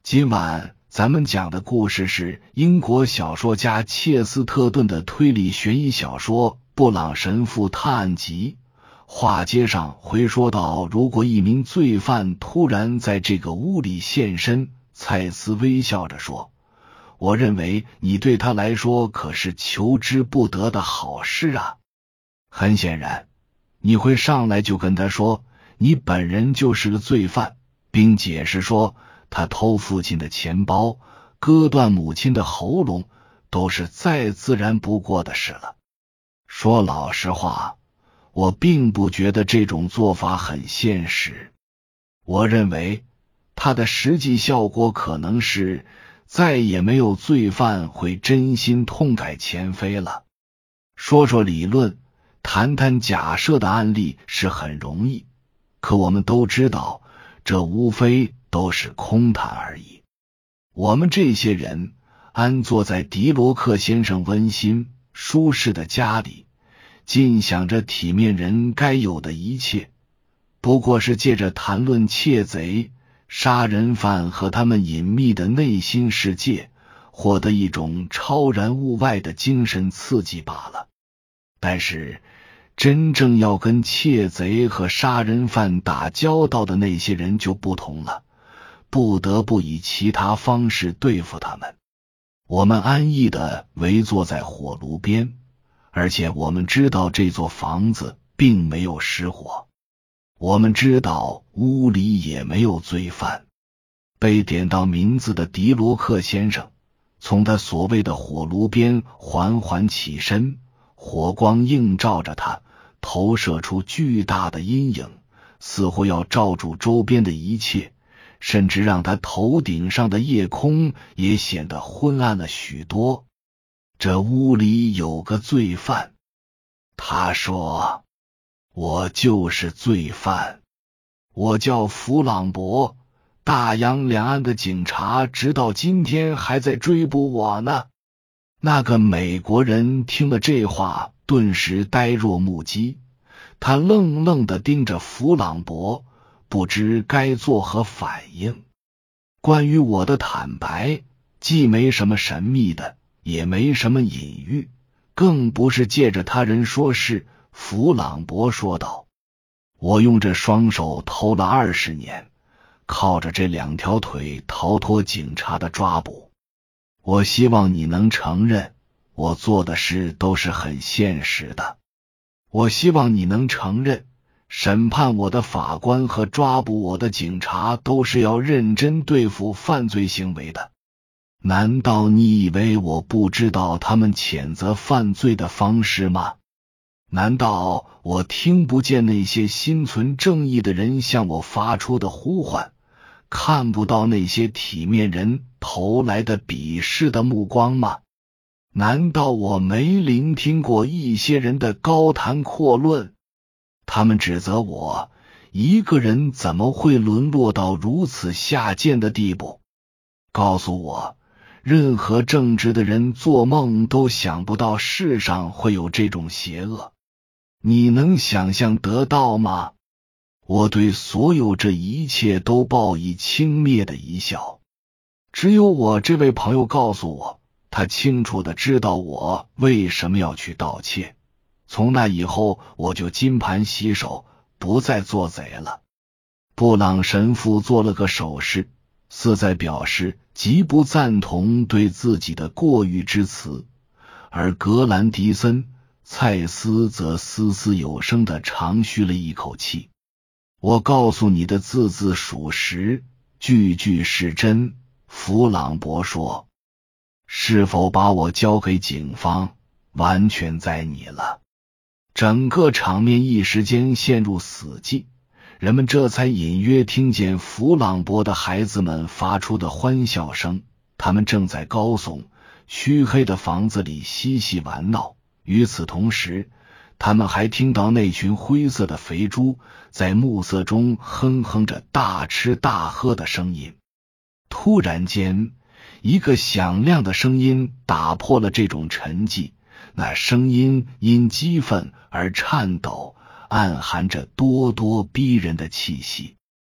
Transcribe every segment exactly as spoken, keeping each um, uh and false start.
今晚咱们讲的故事是英国小说家切斯特顿的推理悬疑小说《布朗神父探案集》。话接上回说到，如果一名罪犯突然在这个屋里现身，蔡斯微笑着说，我认为你对他来说可是求之不得的好事啊。很显然，你会上来就跟他说你本人就是个罪犯，并解释说他偷父亲的钱包，割断母亲的喉咙，都是再自然不过的事了。说老实话，我并不觉得这种做法很现实。我认为它的实际效果可能是再也没有罪犯会真心痛改前非了。说说理论，谈谈假设的案例是很容易，可我们都知道，这无非都是空谈而已。我们这些人安坐在迪罗克先生温馨舒适的家里，尽享着体面人该有的一切，不过是借着谈论窃贼、杀人犯和他们隐秘的内心世界，获得一种超然物外的精神刺激罢了。但是真正要跟窃贼和杀人犯打交道的那些人就不同了，不得不以其他方式对付他们。我们安逸地围坐在火炉边，而且我们知道这座房子并没有失火，我们知道屋里也没有罪犯。被点到名字的迪罗克先生从他所谓的火炉边缓缓起身，火光映照着他，投射出巨大的阴影，似乎要罩住周边的一切，甚至让他头顶上的夜空也显得昏暗了许多。这屋里有个罪犯，他说，我就是罪犯，我叫弗朗博，大洋两岸的警察直到今天还在追捕我呢。那个美国人听了这话，顿时呆若木鸡，他愣愣地盯着弗朗博，不知该作何反应。关于我的坦白，既没什么神秘的，也没什么隐喻，更不是借着他人说事。弗朗博说道，我用这双手偷了二十年，靠着这两条腿逃脱警察的抓捕。我希望你能承认，我做的事都是很现实的。我希望你能承认，审判我的法官和抓捕我的警察都是要认真对付犯罪行为的。难道你以为我不知道他们谴责犯罪的方式吗？难道我听不见那些心存正义的人向我发出的呼唤，看不到那些体面人投来的鄙视的目光吗？难道我没聆听过一些人的高谈阔论？他们指责我一个人怎么会沦落到如此下贱的地步，告诉我任何正直的人做梦都想不到世上会有这种邪恶。你能想象得到吗？我对所有这一切都报以轻蔑的一笑。只有我这位朋友告诉我，他清楚地知道我为什么要去盗窃。从那以后，我就金盘洗手，不再做贼了。布朗神父做了个手势，似在表示极不赞同对自己的过誉之词，而格兰迪森、蔡斯则斯斯有声地长吁了一口气。我告诉你的字字属实，句句是真，弗朗博说。是否把我交给警方，完全在你了。整个场面一时间陷入死寂，人们这才隐约听见弗朗博的孩子们发出的欢笑声，他们正在高耸黢黑的房子里嬉戏玩闹。与此同时，他们还听到那群灰色的肥猪在暮色中哼哼着大吃大喝的声音。突然间，一个响亮的声音打破了这种沉寂，那声音因激愤而颤抖，暗含着咄咄逼人的气息。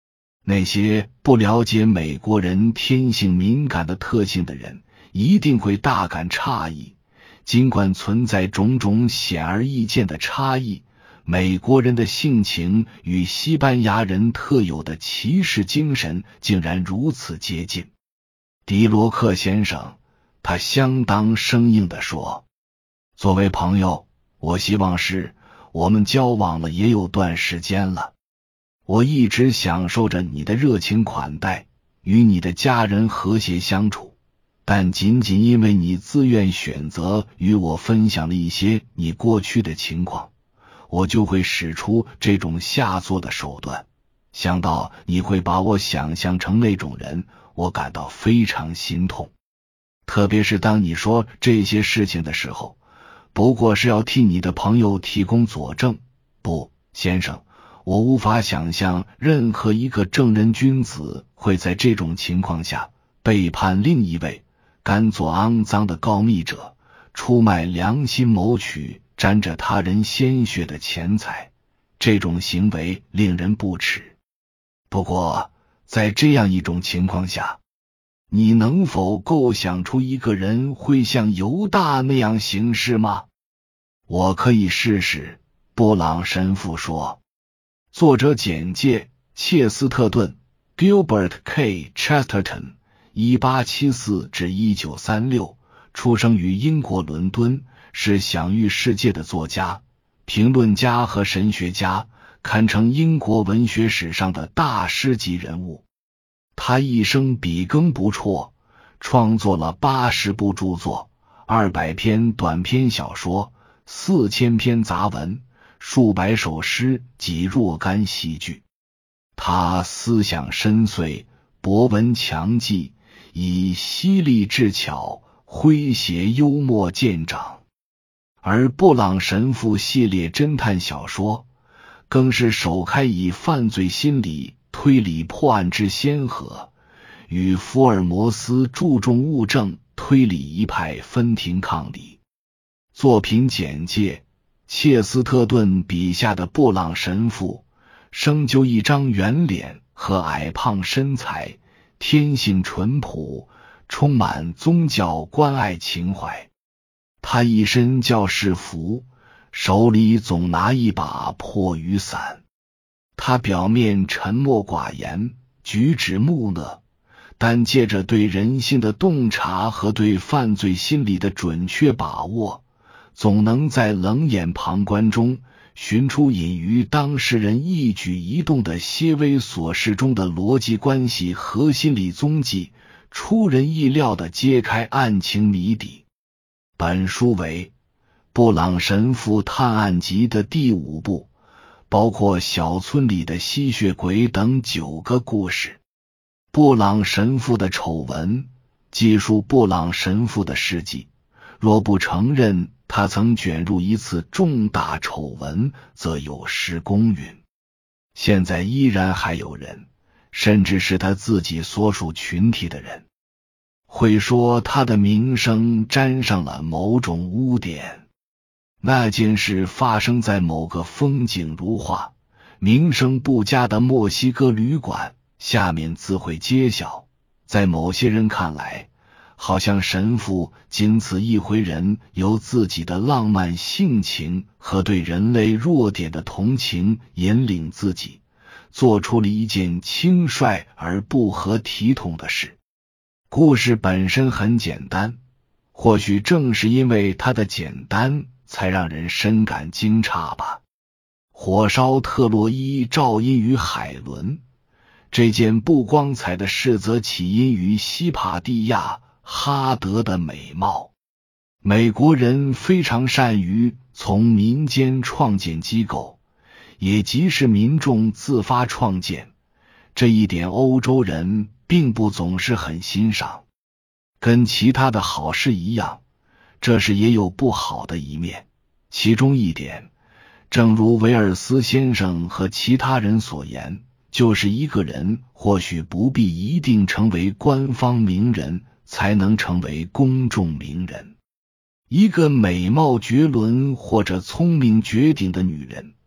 那些不了解美国人天性敏感的特性的人一定会大感诧异，尽管存在种种显而易见的差异，美国人的性情与西班牙人特有的骑士精神竟然如此接近。迪罗克先生，他相当生硬地说，作为朋友，我希望是我们交往了也有段时间了，我一直享受着你的热情款待，与你的家人和谐相处，但仅仅因为你自愿选择与我分享了一些你过去的情况，我就会使出这种下作的手段。想到你会把我想象成那种人，我感到非常心痛。特别是当你说这些事情的时候，不过是要替你的朋友提供佐证。不，先生，我无法想象任何一个正人君子会在这种情况下背叛另一位甘做肮脏的告密者，出卖良心谋取沾着他人鲜血的钱财，这种行为令人不齿。不过在这样一种情况下，你能否构想出一个人会像犹大那样行事吗？我可以试试，布朗神父说。作者简介：切斯特顿 Gilbert K. Chesterton 一八七四至一九三六，出生于英国伦敦，是享誉世界的作家、评论家和神学家，堪称英国文学史上的大师级人物。他一生笔耕不辍，创作了八十部著作，二百篇短篇小说，四千篇杂文，数百首诗及若干戏剧。他思想深邃，博闻强记，以犀利智巧、诙谐幽默见长。而布朗神父系列侦探小说更是首开以犯罪心理推理破案之先河，与福尔摩斯注重物证推理一派分庭抗礼。作品简介：切斯特顿笔下的布朗神父生就一张圆脸和矮胖身材，天性淳朴，充满宗教关爱情怀。他一身教士服，手里总拿一把破雨伞。他表面沉默寡言，举止木讷，但借着对人性的洞察和对犯罪心理的准确把握，总能在冷眼旁观中寻出隐于当事人一举一动的些微琐事中的逻辑关系和心理踪迹，出人意料地揭开案情谜底。本书为布朗神父探案集的第五部，包括小村里的吸血鬼等九个故事。布朗神父的丑闻记述布朗神父的事迹，若不承认他曾卷入一次重大丑闻，则有失公允。现在依然还有人，甚至是他自己所属群体的人，会说他的名声沾上了某种污点。那件事发生在某个风景如画、名声不佳的墨西哥旅馆，下面自会揭晓。在某些人看来，好像神父仅此一回人由自己的浪漫性情和对人类弱点的同情引领自己，做出了一件轻率而不合体统的事。故事本身很简单，或许正是因为它的简单，才让人深感惊诧吧。火烧特洛伊肇因于海伦，这件不光彩的事则起因于西帕蒂亚哈德的美貌。美国人非常善于从民间创建机构，也即是民众自发创建，这一点欧洲人并不总是很欣赏。跟其他的好事一样，这事也有不好的一面。其中一点，正如维尔斯先生和其他人所言，就是一个人或许不必一定成为官方名人才能成为公众名人。一个美貌绝伦或者聪明绝顶的女人，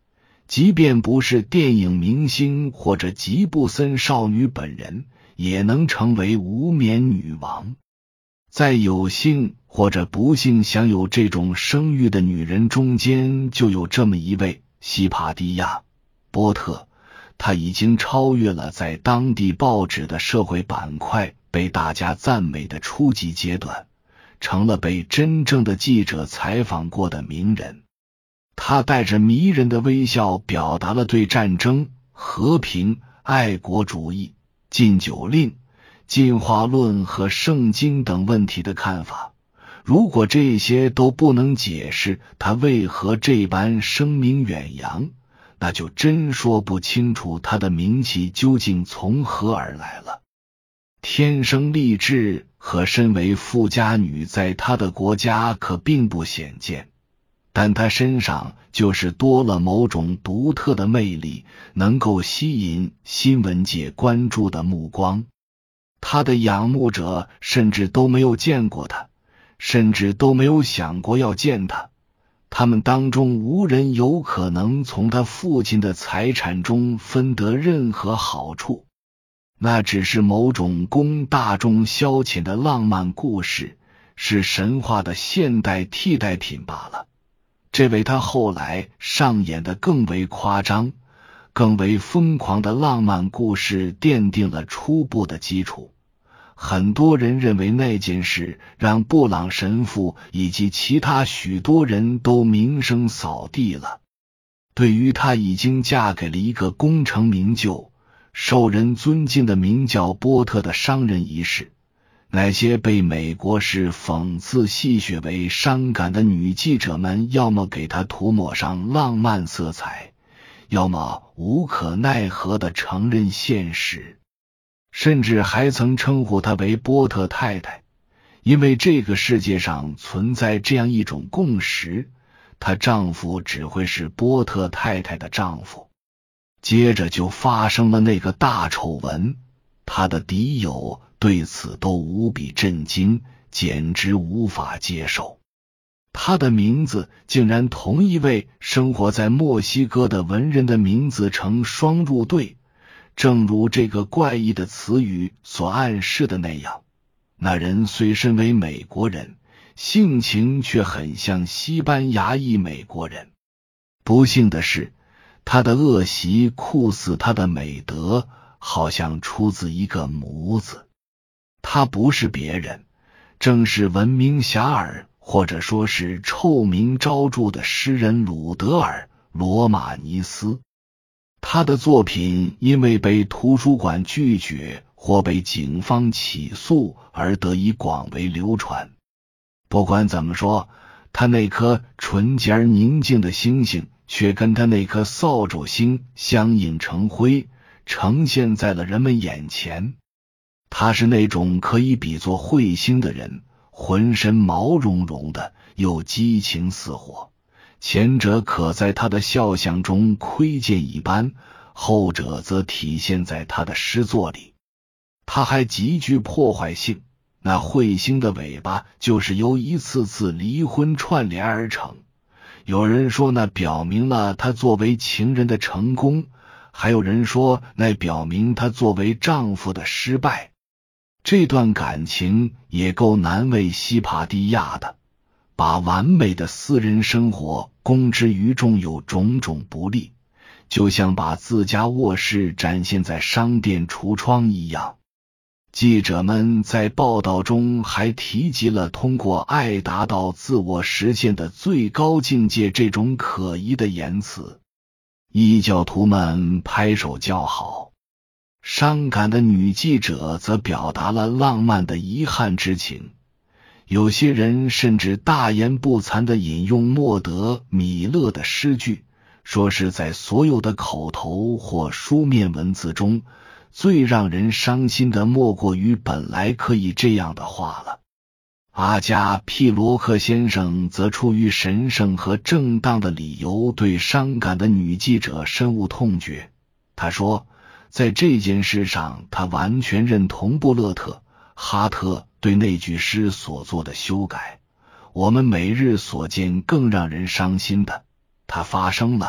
即便不是电影明星或者吉布森少女本人，也能成为无冕女王。在有幸或者不幸享有这种声誉的女人中间，就有这么一位西帕蒂亚·波特，她已经超越了在当地报纸的社会板块被大家赞美的初级阶段，成了被真正的记者采访过的名人。她带着迷人的微笑表达了对战争、和平、爱国主义、禁酒令、进化论和圣经等问题的看法。如果这些都不能解释他为何这般声名远扬，那就真说不清楚他的名气究竟从何而来了。天生丽质和身为富家女在他的国家可并不鲜见，但他身上就是多了某种独特的魅力，能够吸引新闻界关注的目光。他的仰慕者甚至都没有见过他，甚至都没有想过要见他。他们当中无人有可能从他父亲的财产中分得任何好处，那只是某种供大众消遣的浪漫故事，是神话的现代替代品罢了。这为他后来上演的更为夸张、更为疯狂的浪漫故事奠定了初步的基础。很多人认为那件事让布朗神父以及其他许多人都名声扫地了。对于她已经嫁给了一个功成名就、受人尊敬的名叫波特的商人一事，那些被美国式讽刺戏谑为伤感的女记者们要么给她涂抹上浪漫色彩，要么无可奈何地承认现实，甚至还曾称呼她为波特太太，因为这个世界上存在这样一种共识，她丈夫只会是波特太太的丈夫。接着就发生了那个大丑闻，她的敌友对此都无比震惊，简直无法接受。她的名字竟然同一位生活在墨西哥的文人的名字成双入对，正如这个怪异的词语所暗示的那样，那人虽身为美国人，性情却很像西班牙裔美国人。不幸的是，他的恶习酷似他的美德，好像出自一个模子。他不是别人，正是闻名遐迩或者说是臭名昭著的诗人鲁德尔·罗马尼斯。他的作品因为被图书馆拒绝或被警方起诉而得以广为流传。不管怎么说，他那颗纯洁而宁静的星星却跟他那颗扫帚星相映成辉，呈现在了人们眼前。他是那种可以比作彗星的人，浑身毛茸茸的，又激情似火。前者可在他的肖像中窥见一斑，后者则体现在他的诗作里。他还极具破坏性，那彗星的尾巴就是由一次次离婚串联而成。有人说那表明了他作为情人的成功，还有人说那表明他作为丈夫的失败。这段感情也够难为西帕蒂亚的，把完美的私人生活公之于众有种种不利，就像把自家卧室展现在商店橱窗一样。记者们在报道中还提及了通过爱达到自我实现的最高境界这种可疑的言辞。异教徒们拍手叫好，伤感的女记者则表达了浪漫的遗憾之情。有些人甚至大言不惭地引用莫德·米勒的诗句，说是在所有的口头或书面文字中，最让人伤心的莫过于本来可以这样的话了。阿加庇罗克先生则出于神圣和正当的理由对伤感的女记者深恶痛绝。他说，在这件事上他完全认同布勒特·哈特对那句诗所做的修改。我们每日所见更让人伤心的，它发生了，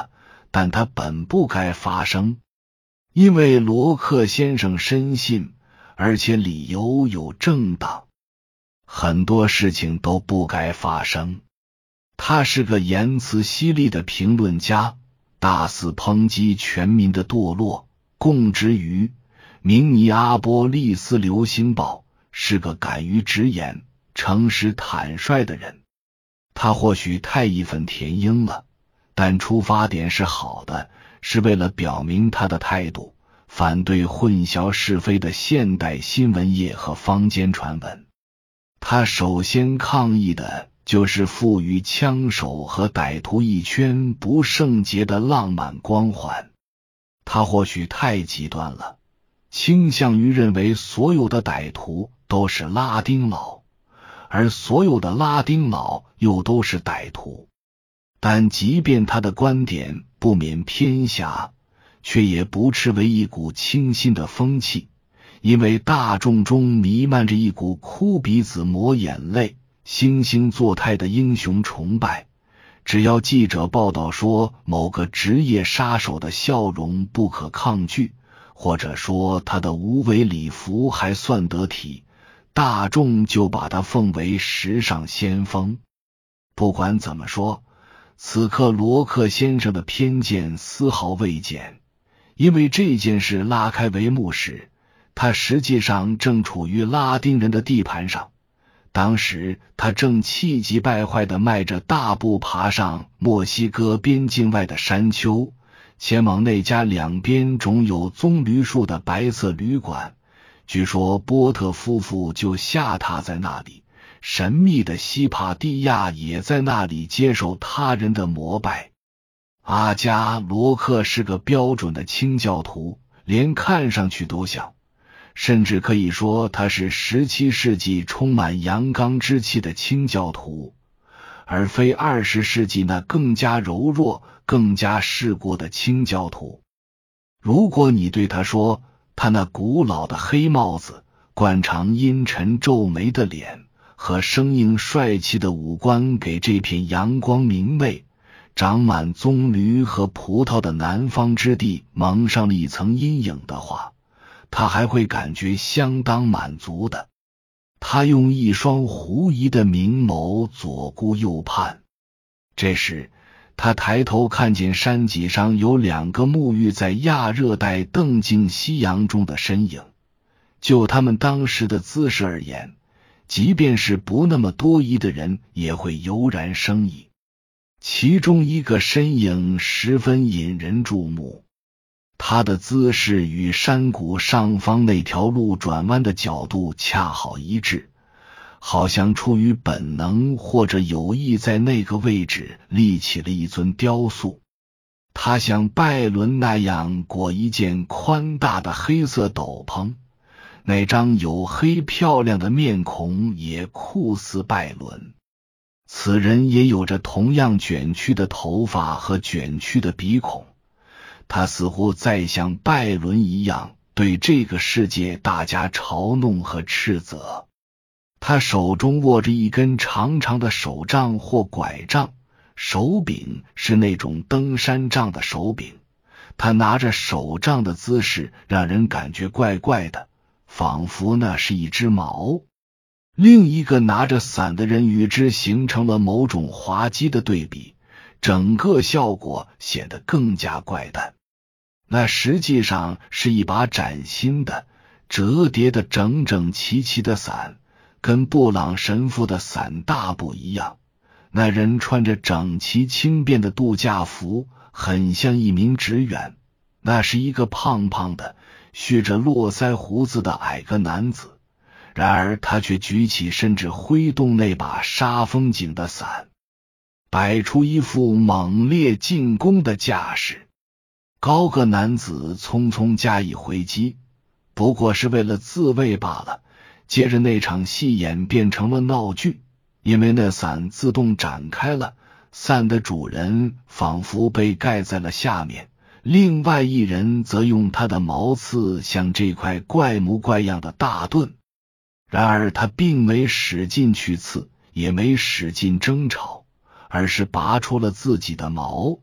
但它本不该发生，因为罗克先生深信，而且理由有正当，很多事情都不该发生。他是个言辞犀利的评论家，大肆抨击全民的堕落，供职于明尼阿波利斯流星报，是个敢于直言、诚实坦率的人。他或许太义愤填膺了，但出发点是好的，是为了表明他的态度，反对混淆是非的现代新闻业和坊间传闻。他首先抗议的就是赋予枪手和歹徒一圈不圣洁的浪漫光环。他或许太极端了，倾向于认为所有的歹徒都是拉丁佬，而所有的拉丁佬又都是歹徒。但即便他的观点不免偏狭，却也不斥为一股清新的风气，因为大众中弥漫着一股哭鼻子抹眼泪、惺惺作态的英雄崇拜。只要记者报道说某个职业杀手的笑容不可抗拒，或者说他的无为礼服还算得体，大众就把他奉为时尚先锋。不管怎么说，此刻罗克先生的偏见丝毫未减，因为这件事拉开帷幕时，他实际上正处于拉丁人的地盘上。当时他正气急败坏地迈着大步爬上墨西哥边境外的山丘，前往那家两边种有棕榈树的白色旅馆。据说波特夫妇就下榻在那里，神秘的西帕蒂亚也在那里接受他人的膜拜。阿加罗克是个标准的清教徒，连看上去都像，甚至可以说他是十七世纪充满阳刚之气的清教徒，而非二十世纪那更加柔弱、更加世故的清教徒。如果你对他说，他那古老的黑帽子、惯常阴沉皱眉的脸和生硬帅气的五官给这片阳光明媚、长满棕榈和葡萄的南方之地蒙上了一层阴影的话，他还会感觉相当满足的。他用一双狐疑的明眸左顾右盼，这时他抬头看见山脊上有两个沐浴在亚热带澄净夕阳中的身影。就他们当时的姿势而言，即便是不那么多疑的人也会油然生疑。其中一个身影十分引人注目，他的姿势与山谷上方那条路转弯的角度恰好一致，好像出于本能或者有意在那个位置立起了一尊雕塑。他像拜伦那样裹一件宽大的黑色斗篷，那张黝黑漂亮的面孔也酷似拜伦。此人也有着同样卷曲的头发和卷曲的鼻孔，他似乎在像拜伦一样对这个世界大家嘲弄和斥责。他手中握着一根长长的手杖或拐杖，手柄是那种登山杖的手柄。他拿着手杖的姿势让人感觉怪怪的，仿佛那是一只矛。另一个拿着伞的人与之形成了某种滑稽的对比，整个效果显得更加怪诞。那实际上是一把崭新的、折叠的整整齐齐的伞，跟布朗神父的伞大不一样。那人穿着整齐轻便的度假服，很像一名职员。那是一个胖胖的、蓄着络腮胡子的矮个男子，然而他却举起甚至挥动那把杀风景的伞，摆出一副猛烈进攻的架势。高个男子匆匆加以回击，不过是为了自卫罢了。接着那场戏演变成了闹剧，因为那伞自动展开了，伞的主人仿佛被盖在了下面，另外一人则用他的矛刺向这块怪模怪样的大盾。然而他并没使劲去刺，也没使劲争吵，而是拔出了自己的矛，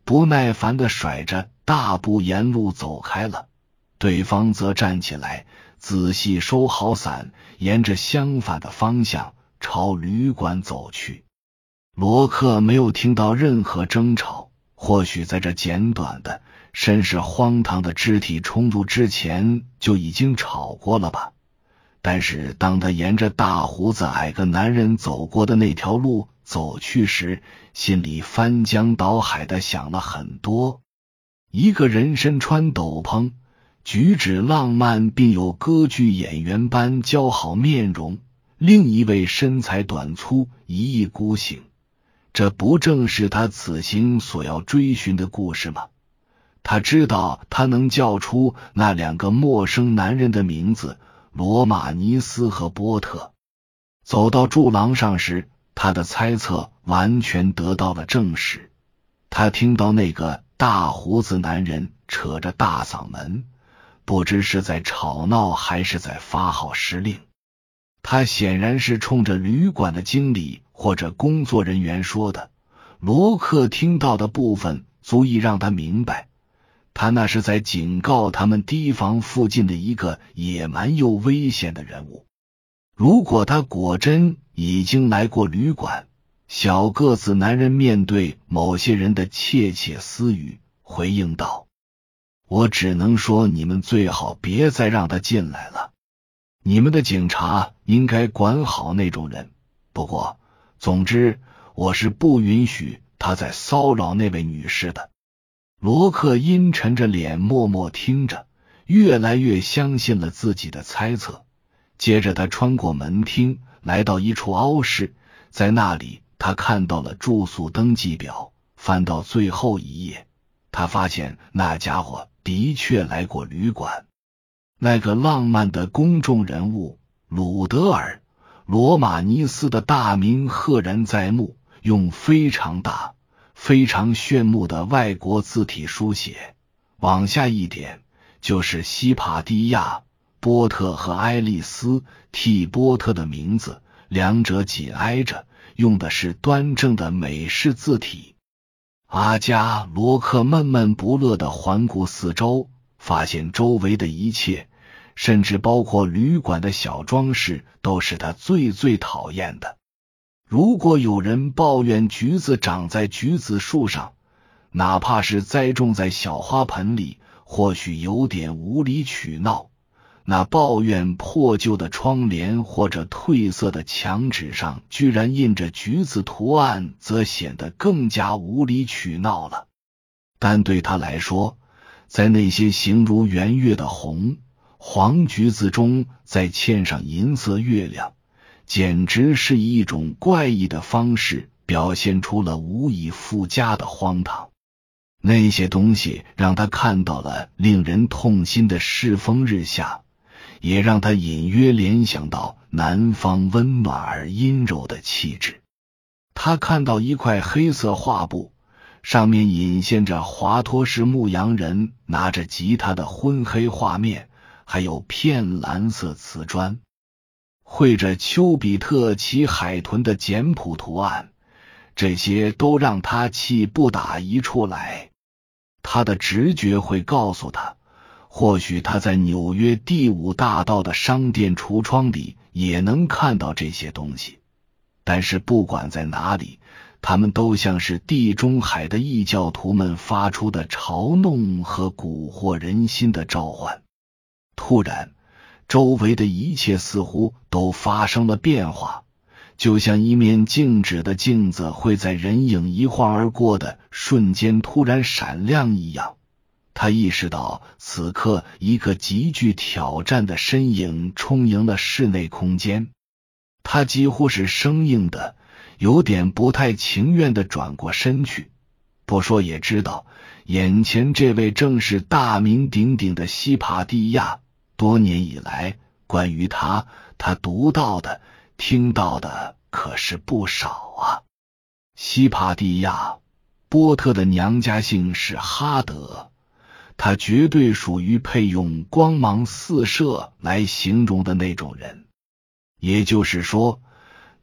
不耐烦地甩着大步沿路走开了，对方则站起来，仔细收好伞，沿着相反的方向朝旅馆走去。罗克没有听到任何争吵，或许在这简短的甚是荒唐的肢体冲突之前就已经吵过了吧。但是当他沿着大胡子矮个男人走过的那条路走去时，心里翻江倒海的想了很多。一个人身穿斗篷，举止浪漫并有歌剧演员般姣好面容，另一位身材短粗，一意孤行，这不正是他此行所要追寻的故事吗？他知道他能叫出那两个陌生男人的名字，罗马尼斯和波特。走到柱廊上时，他的猜测完全得到了证实。他听到那个大胡子男人扯着大嗓门，不知是在吵闹还是在发号施令。他显然是冲着旅馆的经理或者工作人员说的。罗克听到的部分足以让他明白，他那是在警告他们堤防附近的一个野蛮又危险的人物。如果他果真已经来过旅馆，小个子男人面对某些人的窃窃私语回应道：我只能说你们最好别再让他进来了，你们的警察应该管好那种人。不过总之我是不允许他再骚扰那位女士的。罗克阴沉着脸默默听着，越来越相信了自己的猜测。接着他穿过门厅，来到一处凹室，在那里他看到了住宿登记表，翻到最后一页，他发现那家伙的确来过旅馆。那个浪漫的公众人物鲁德尔·罗马尼斯的大名赫然在目，用非常大非常炫目的外国字体书写，往下一点就是西帕蒂亚、波特和爱丽丝替波特的名字，两者紧挨着，用的是端正的美式字体。阿加罗克闷闷不乐地环顾四周，发现周围的一切，甚至包括旅馆的小装饰，都是他最最讨厌的。如果有人抱怨橘子长在橘子树上，哪怕是栽种在小花盆里，或许有点无理取闹，那抱怨破旧的窗帘或者褪色的墙纸上居然印着橘子图案，则显得更加无理取闹了。但对他来说，在那些形如圆月的红黄橘子中再嵌上银色月亮，简直是以一种怪异的方式表现出了无以复加的荒唐。那些东西让他看到了令人痛心的世风日下，也让他隐约联想到南方温暖而阴柔的气质。他看到一块黑色画布，上面隐现着华托式牧羊人拿着吉他的昏黑画面，还有片蓝色瓷砖，绘着丘比特骑海豚的简朴图案，这些都让他气不打一处来。他的直觉会告诉他，或许他在纽约第五大道的商店橱窗里也能看到这些东西，但是不管在哪里，他们都像是地中海的异教徒们发出的嘲弄和蛊惑人心的召唤。突然，周围的一切似乎都发生了变化，就像一面静止的镜子会在人影一晃而过的瞬间突然闪亮一样。他意识到此刻一个极具挑战的身影充盈了室内空间，他几乎是生硬的，有点不太情愿地转过身去。不说也知道，眼前这位正是大名鼎鼎的西帕蒂亚。多年以来，关于他，他读到的听到的可是不少啊。西帕蒂亚，波特的娘家姓是哈德，他绝对属于配用光芒四射来形容的那种人。也就是说，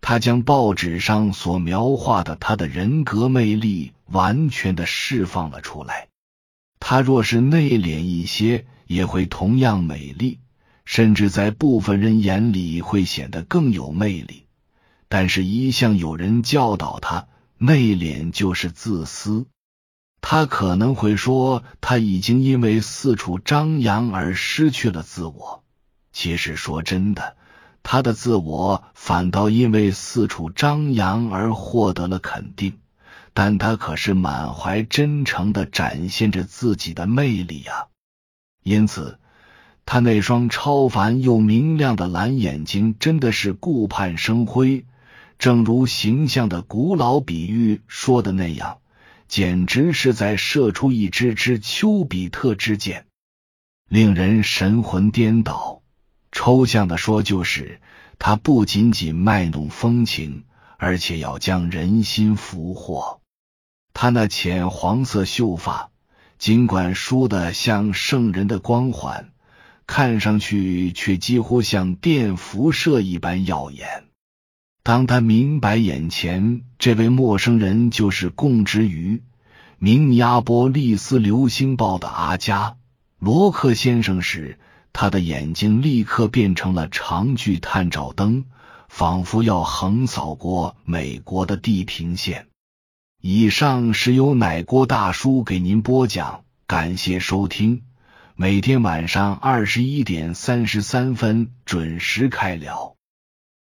他将报纸上所描画的他的人格魅力完全的释放了出来。他若是内敛一些，也会同样美丽，甚至在部分人眼里会显得更有魅力。但是一向有人教导他，内敛就是自私。他可能会说，他已经因为四处张扬而失去了自我。其实说真的，他的自我反倒因为四处张扬而获得了肯定，但他可是满怀真诚地展现着自己的魅力啊！因此，他那双超凡又明亮的蓝眼睛真的是顾盼生辉，正如形象的古老比喻说的那样，简直是在射出一支支丘比特之箭，令人神魂颠倒。抽象的说，就是他不仅仅卖弄风情，而且要将人心俘获。他那浅黄色秀发，尽管梳得像圣人的光环，看上去却几乎像电辐射一般耀眼。当他明白眼前这位陌生人就是供职于明尼阿波利斯流星报的阿加罗克先生时，他的眼睛立刻变成了长距探照灯，仿佛要横扫过美国的地平线。以上是由奶锅大叔给您播讲，感谢收听。每天晚上二十一点三十三分准时开聊。